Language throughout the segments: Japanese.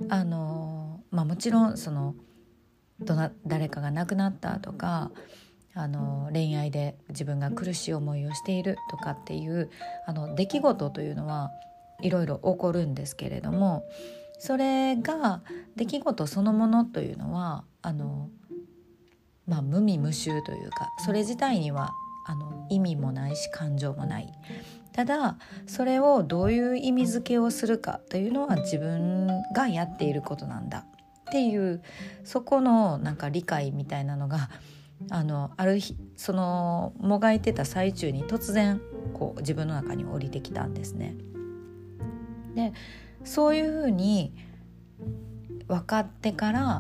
もちろん誰かが亡くなったとか、恋愛で自分が苦しい思いをしているとかっていう出来事というのはいろいろ起こるんですけれども、それが出来事そのものというのは無味無臭というか、それ自体には意味もないし感情もない。ただそれをどういう意味付けをするかというのは自分がやっていることなんだっていう、そこの理解みたいなのがある日もがいてた最中に突然自分の中に降りてきたんですね。でそういうふうに分かってから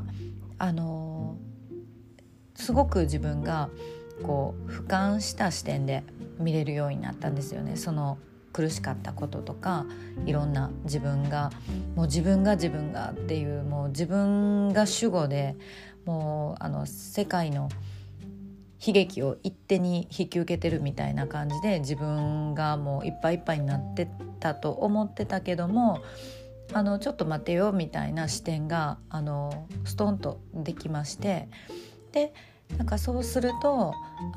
すごく自分が俯瞰した視点で見れるようになったんですよね。その苦しかったこととか、いろんな自分がっていう、もう自分が主語でもう世界の悲劇を一手に引き受けてるみたいな感じで、自分がもういっぱいいっぱいになってたと思ってたけども、ちょっと待てよみたいな視点がストンとできまして、でそうすると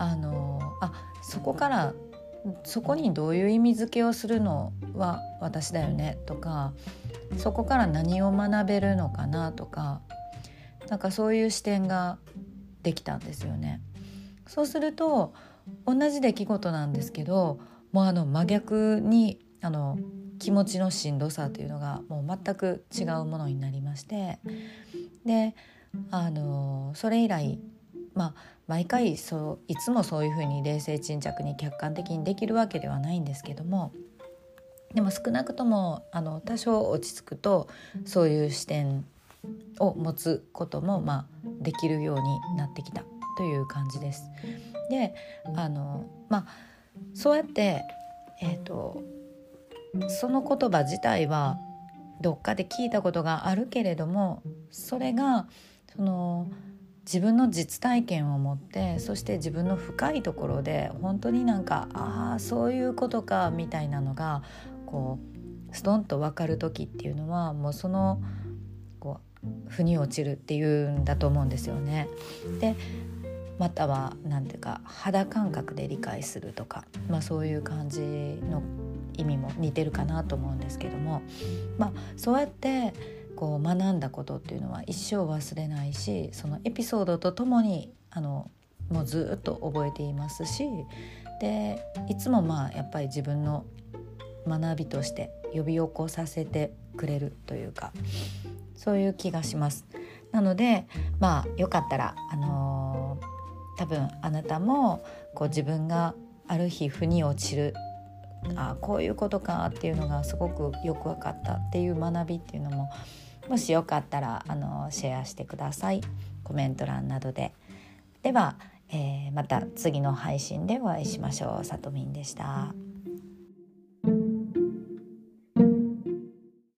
そこにどういう意味付けをするのは私だよねとか、そこから何を学べるのかなとか、そういう視点ができたんですよね。そうすると同じ出来事なんですけど、もう真逆に気持ちのしんどさというのがもう全く違うものになりまして、でそれ以来毎回いつもそういうふうに冷静沈着に客観的にできるわけではないんですけども、でも少なくとも多少落ち着くとそういう視点を持つこともできるようになってきたという感じです。でそうやって、その言葉自体はどっかで聞いたことがあるけれども、それが自分の実体験を持って、そして自分の深いところで本当にそういうことかみたいなのがストンと分かる時っていうのは、もう腑に落ちるっていうんだと思うんですよね。でまたは肌感覚で理解するとか、そういう感じの意味も似てるかなと思うんですけども、そうやって学んだことっていうのは一生忘れないし、そのエピソードとともにもうずっと覚えていますし、でいつもやっぱり自分の学びとして呼び起こさせてくれるというか、そういう気がします。なのでよかったら多分あなたも自分がある日腑に落ちる、こういうことかっていうのがすごくよく分かったっていう学びっていうのも、もしよかったらシェアしてください、コメント欄などで。では、また次の配信でお会いしましょう。さとみんでした。